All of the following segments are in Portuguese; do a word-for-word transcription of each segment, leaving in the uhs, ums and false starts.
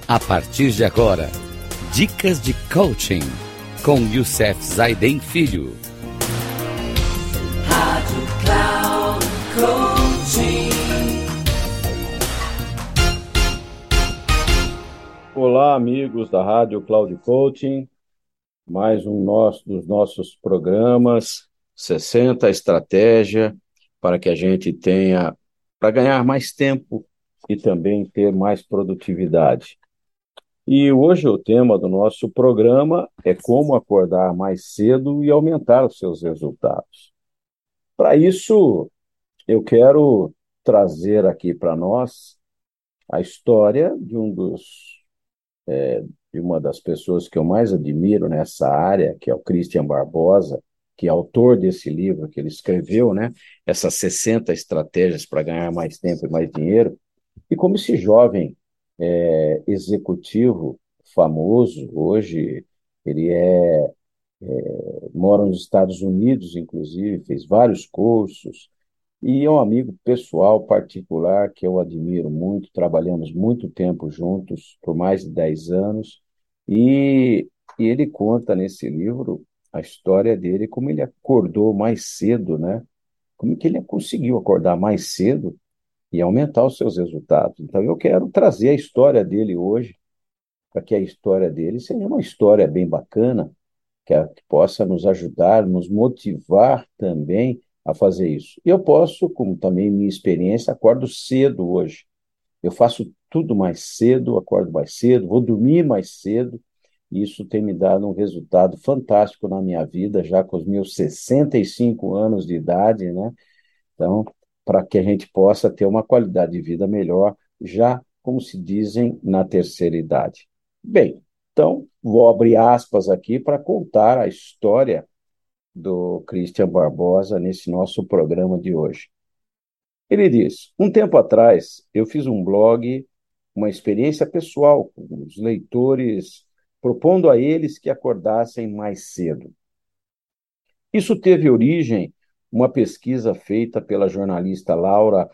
A partir de agora, dicas de coaching com Youssef Zaiden Filho. Rádio Cloud Coaching. Olá, amigos da Rádio Cloud Coaching. Mais um nosso, dos nossos programas, sessenta Estratégia, para que a gente tenha, para ganhar mais tempo e também ter mais produtividade. E hoje o tema do nosso programa é como acordar mais cedo e aumentar os seus resultados. Para isso, eu quero trazer aqui para nós a história de um dos é, de uma das pessoas que eu mais admiro nessa área, que é o Christian Barbosa, que é autor desse livro que ele escreveu, né? Essas sessenta estratégias para ganhar mais tempo e mais dinheiro. E como esse jovem é, executivo famoso, hoje ele é, é, mora nos Estados Unidos, inclusive, fez vários cursos, e é um amigo pessoal particular que eu admiro muito, trabalhamos muito tempo juntos, por mais de dez anos, e, e ele conta nesse livro a história dele, como ele acordou mais cedo, né? Como que ele conseguiu acordar mais cedo e aumentar os seus resultados. Então, eu quero trazer a história dele hoje, para que a história dele seja uma história bem bacana, que, a, que possa nos ajudar, nos motivar também a fazer isso. Eu posso, como também minha experiência, acordo cedo hoje. Eu faço tudo mais cedo, acordo mais cedo, vou dormir mais cedo, e isso tem me dado um resultado fantástico na minha vida, já com os meus sessenta e cinco anos de idade, né? Então, para que a gente possa ter uma qualidade de vida melhor, já, como se dizem, na terceira idade. Bem, então, vou abrir aspas aqui para contar a história do Christian Barbosa nesse nosso programa de hoje. Ele diz: um tempo atrás, eu fiz um blog, uma experiência pessoal com os leitores, propondo a eles que acordassem mais cedo. Isso teve origem uma pesquisa feita pela jornalista Laura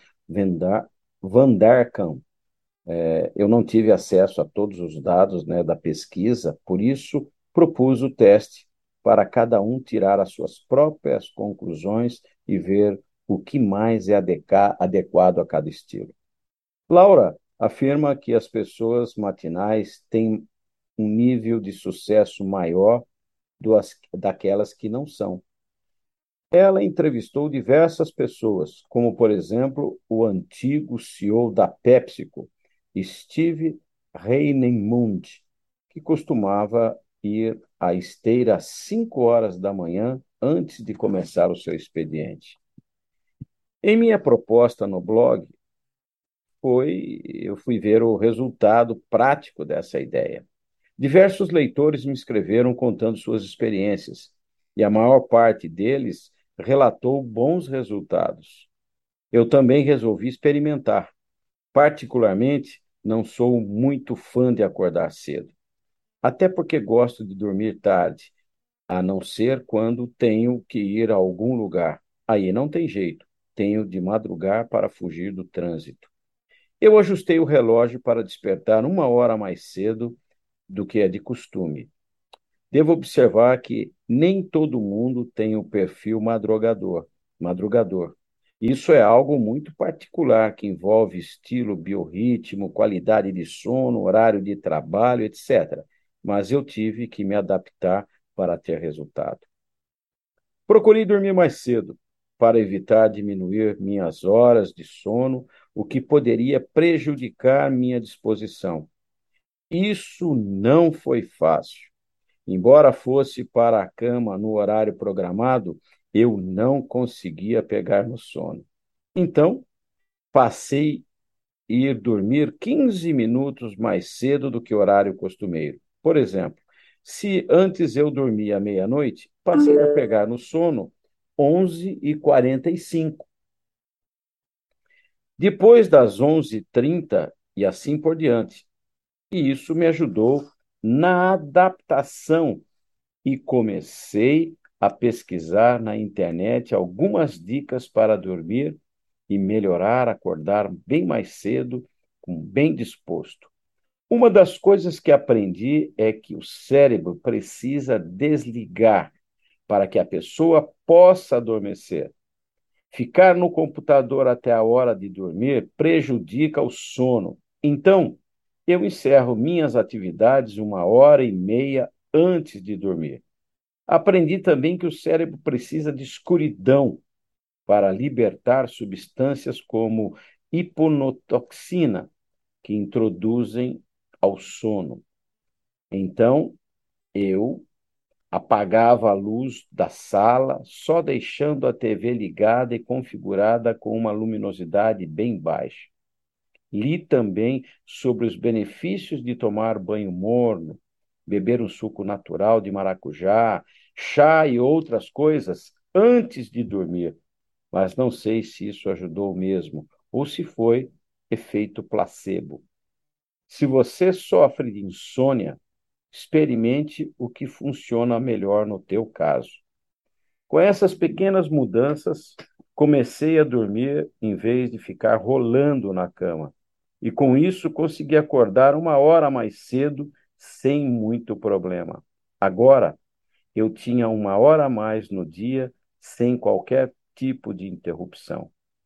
Vanderkam. É, eu não tive acesso a todos os dados, né, da pesquisa, por isso propus o teste para cada um tirar as suas próprias conclusões e ver o que mais é adequa, adequado a cada estilo. Laura afirma que as pessoas matinais têm um nível de sucesso maior do, daquelas que não são. Ela entrevistou diversas pessoas, como, por exemplo, o antigo C E O da PepsiCo, Steve Reinemund, que costumava ir à esteira às cinco horas da manhã antes de começar o seu expediente. Em minha proposta no blog, foi, eu fui ver o resultado prático dessa ideia. Diversos leitores me escreveram contando suas experiências, e a maior parte deles relatou bons resultados. Eu também resolvi experimentar. Particularmente, não sou muito fã de acordar cedo, até porque gosto de dormir tarde, a não ser quando tenho que ir a algum lugar. Aí não tem jeito, tenho de madrugar para fugir do trânsito. Eu ajustei o relógio para despertar uma hora mais cedo do que é de costume. Devo observar que nem todo mundo tem o perfil madrugador. madrugador. Isso é algo muito particular, que envolve estilo, biorritmo, qualidade de sono, horário de trabalho, etcétera. Mas eu tive que me adaptar para ter resultado. Procurei dormir mais cedo, para evitar diminuir minhas horas de sono, o que poderia prejudicar minha disposição. Isso não foi fácil. Embora fosse para a cama no horário programado, eu não conseguia pegar no sono. Então, passei a ir dormir quinze minutos mais cedo do que o horário costumeiro. Por exemplo, se antes eu dormia à meia-noite, passei a pegar no sono onze e quarenta e cinco. Depois das onze e trinta e assim por diante. E isso me ajudou na adaptação e comecei a pesquisar na internet algumas dicas para dormir e melhorar, acordar bem mais cedo, com bem disposto. Uma das coisas que aprendi é que o cérebro precisa desligar para que a pessoa possa adormecer. Ficar no computador até a hora de dormir prejudica o sono. Então, eu encerro minhas atividades uma hora e meia antes de dormir. Aprendi também que o cérebro precisa de escuridão para libertar substâncias como hipnotoxina, que introduzem ao sono. Então, eu apagava a luz da sala, só deixando a T V ligada e configurada com uma luminosidade bem baixa. Li também sobre os benefícios de tomar banho morno, beber um suco natural de maracujá, chá e outras coisas antes de dormir, mas não sei se isso ajudou mesmo ou se foi efeito placebo. Se você sofre de insônia, experimente o que funciona melhor no teu caso. Com essas pequenas mudanças, comecei a dormir em vez de ficar rolando na cama. E com isso consegui acordar uma hora mais cedo, sem muito problema. Agora, eu tinha uma hora a mais no dia, sem qualquer tipo de interrupção.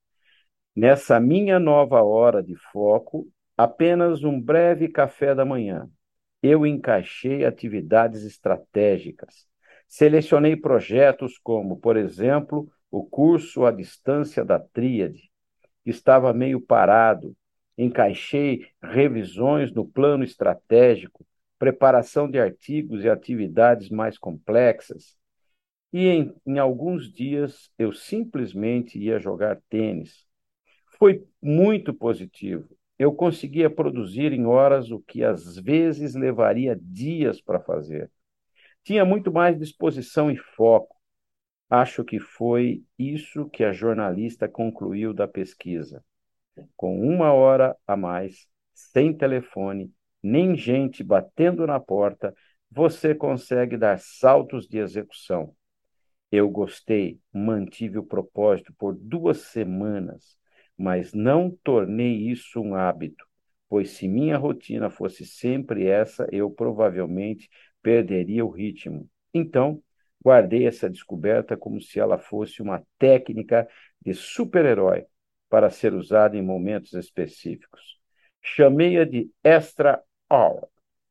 Nessa minha nova hora de foco, apenas um breve café da manhã, eu encaixei atividades estratégicas. Selecionei projetos como, por exemplo, o curso à distância da Tríade, que estava meio parado. Encaixei revisões no plano estratégico, preparação de artigos e atividades mais complexas. E em, em alguns dias eu simplesmente ia jogar tênis. Foi muito positivo. Eu conseguia produzir em horas o que às vezes levaria dias para fazer. Tinha muito mais disposição e foco. Acho que foi isso que a jornalista concluiu da pesquisa. Com uma hora a mais, sem telefone, nem gente batendo na porta, você consegue dar saltos de execução. Eu gostei, mantive o propósito por duas semanas, mas não tornei isso um hábito, pois se minha rotina fosse sempre essa, eu provavelmente perderia o ritmo. Então, guardei essa descoberta como se ela fosse uma técnica de super-herói para ser usada em momentos específicos. Chamei-a de extra hour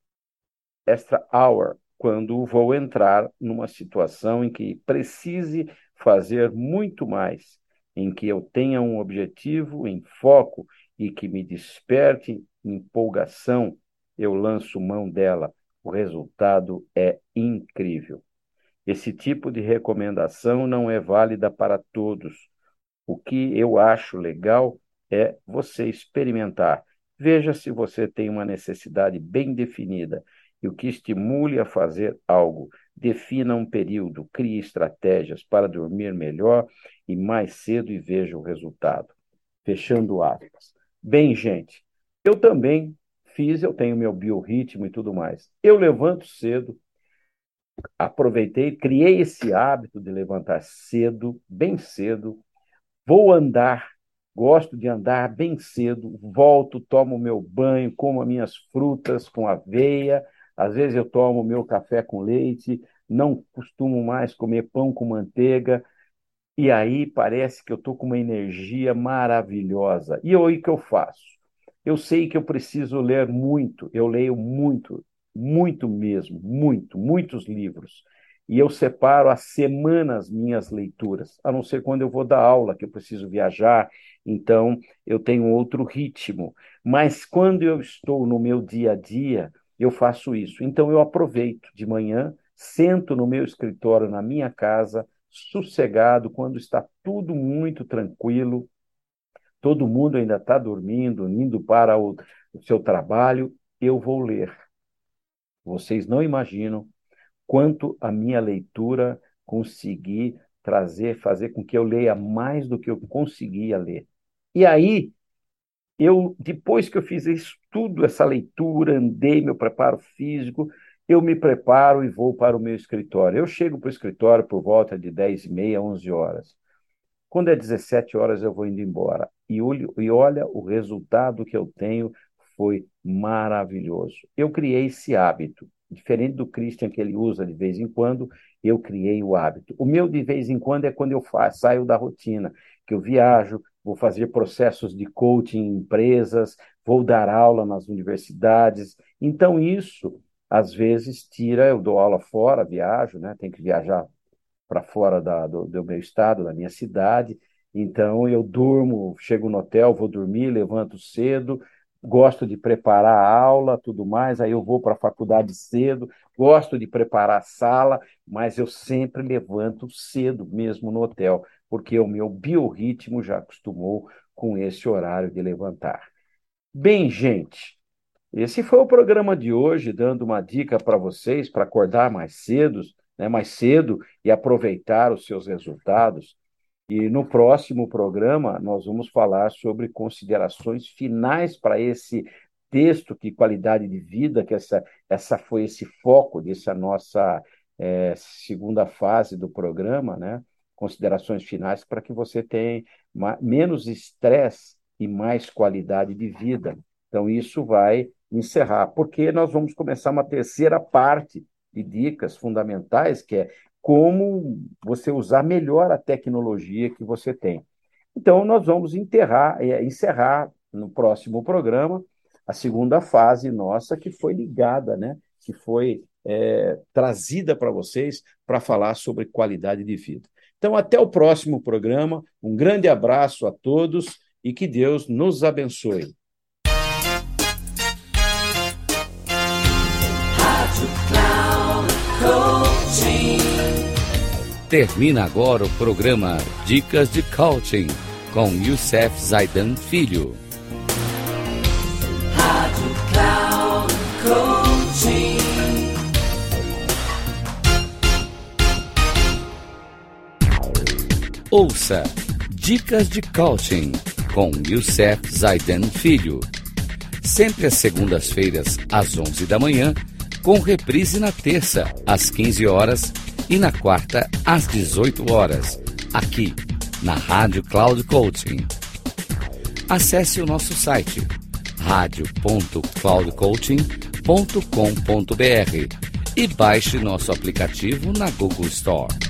extra hour, quando vou entrar numa situação em que precise fazer muito mais, em que eu tenha um objetivo em foco e que me desperte empolgação, eu lanço mão dela. O resultado é incrível. Esse tipo de recomendação não é válida para todos. O que eu acho legal é você experimentar. Veja se você tem uma necessidade bem definida e o que estimule a fazer algo. Defina um período, crie estratégias para dormir melhor e mais cedo e veja o resultado. Fechando aspas. Bem, gente, eu também fiz, eu tenho meu biorritmo e tudo mais. Eu levanto cedo, aproveitei, criei esse hábito de levantar cedo, bem cedo. Vou andar, gosto de andar bem cedo, volto, tomo meu banho, como as minhas frutas com aveia, às vezes eu tomo meu café com leite, não costumo mais comer pão com manteiga, e aí parece que eu estou com uma energia maravilhosa. E aí o que eu faço? Eu sei que eu preciso ler muito, eu leio muito, muito mesmo, muito, muitos livros. E eu separo as semanas minhas leituras, a não ser quando eu vou dar aula, que eu preciso viajar, então eu tenho outro ritmo. Mas quando eu estou no meu dia a dia, eu faço isso. Então eu aproveito de manhã, sento no meu escritório, na minha casa, sossegado, quando está tudo muito tranquilo, todo mundo ainda está dormindo, indo para o, o seu trabalho, eu vou ler. Vocês não imaginam quanto a minha leitura conseguir trazer, fazer com que eu leia mais do que eu conseguia ler. E aí, eu, depois que eu fiz isso tudo, essa leitura, andei, meu preparo físico, eu me preparo e vou para o meu escritório. Eu chego para o escritório por volta de dez e meia, onze horas. Quando é dezessete horas, eu vou indo embora. E, olho, e olha, o resultado que eu tenho foi maravilhoso. Eu criei esse hábito. Diferente do Christian, que ele usa de vez em quando, eu criei o hábito. O meu de vez em quando é quando eu faço, saio da rotina, que eu viajo, vou fazer processos de coaching em empresas, vou dar aula nas universidades. Então, isso, às vezes, tira, eu dou aula fora, viajo, né? Tenho que viajar para fora da, do, do meu estado, da minha cidade. Então, eu durmo, chego no hotel, vou dormir, levanto cedo, gosto de preparar a aula, tudo mais, aí eu vou para a faculdade cedo, gosto de preparar a sala, mas eu sempre levanto cedo, mesmo no hotel, porque o meu biorritmo já acostumou com esse horário de levantar. Bem, gente, esse foi o programa de hoje, dando uma dica para vocês para acordar mais cedo, né, mais cedo e aproveitar os seus resultados. E no próximo programa, nós vamos falar sobre considerações finais para esse texto, que qualidade de vida, que essa, essa foi esse foco dessa nossa é, segunda fase do programa, né? Considerações finais para que você tenha ma- menos estresse e mais qualidade de vida. Então, isso vai encerrar, porque nós vamos começar uma terceira parte de dicas fundamentais, que é como você usar melhor a tecnologia que você tem. Então, nós vamos enterrar, é, encerrar no próximo programa a segunda fase nossa, que foi ligada, né? Que foi é, trazida para vocês para falar sobre qualidade de vida. Então, até o próximo programa. Um grande abraço a todos e que Deus nos abençoe. Termina agora o programa Dicas de Coaching com Youssef Zaidan Filho. Rádio Cloud Coaching. Ouça Dicas de Coaching com Youssef Zaidan Filho. Sempre às segundas-feiras, às onze da manhã, com reprise na terça, às quinze horas, e na quarta, às dezoito horas, aqui na Rádio Cloud Coaching. Acesse o nosso site rádio ponto cloud coaching ponto com ponto b r e baixe nosso aplicativo na Google Store.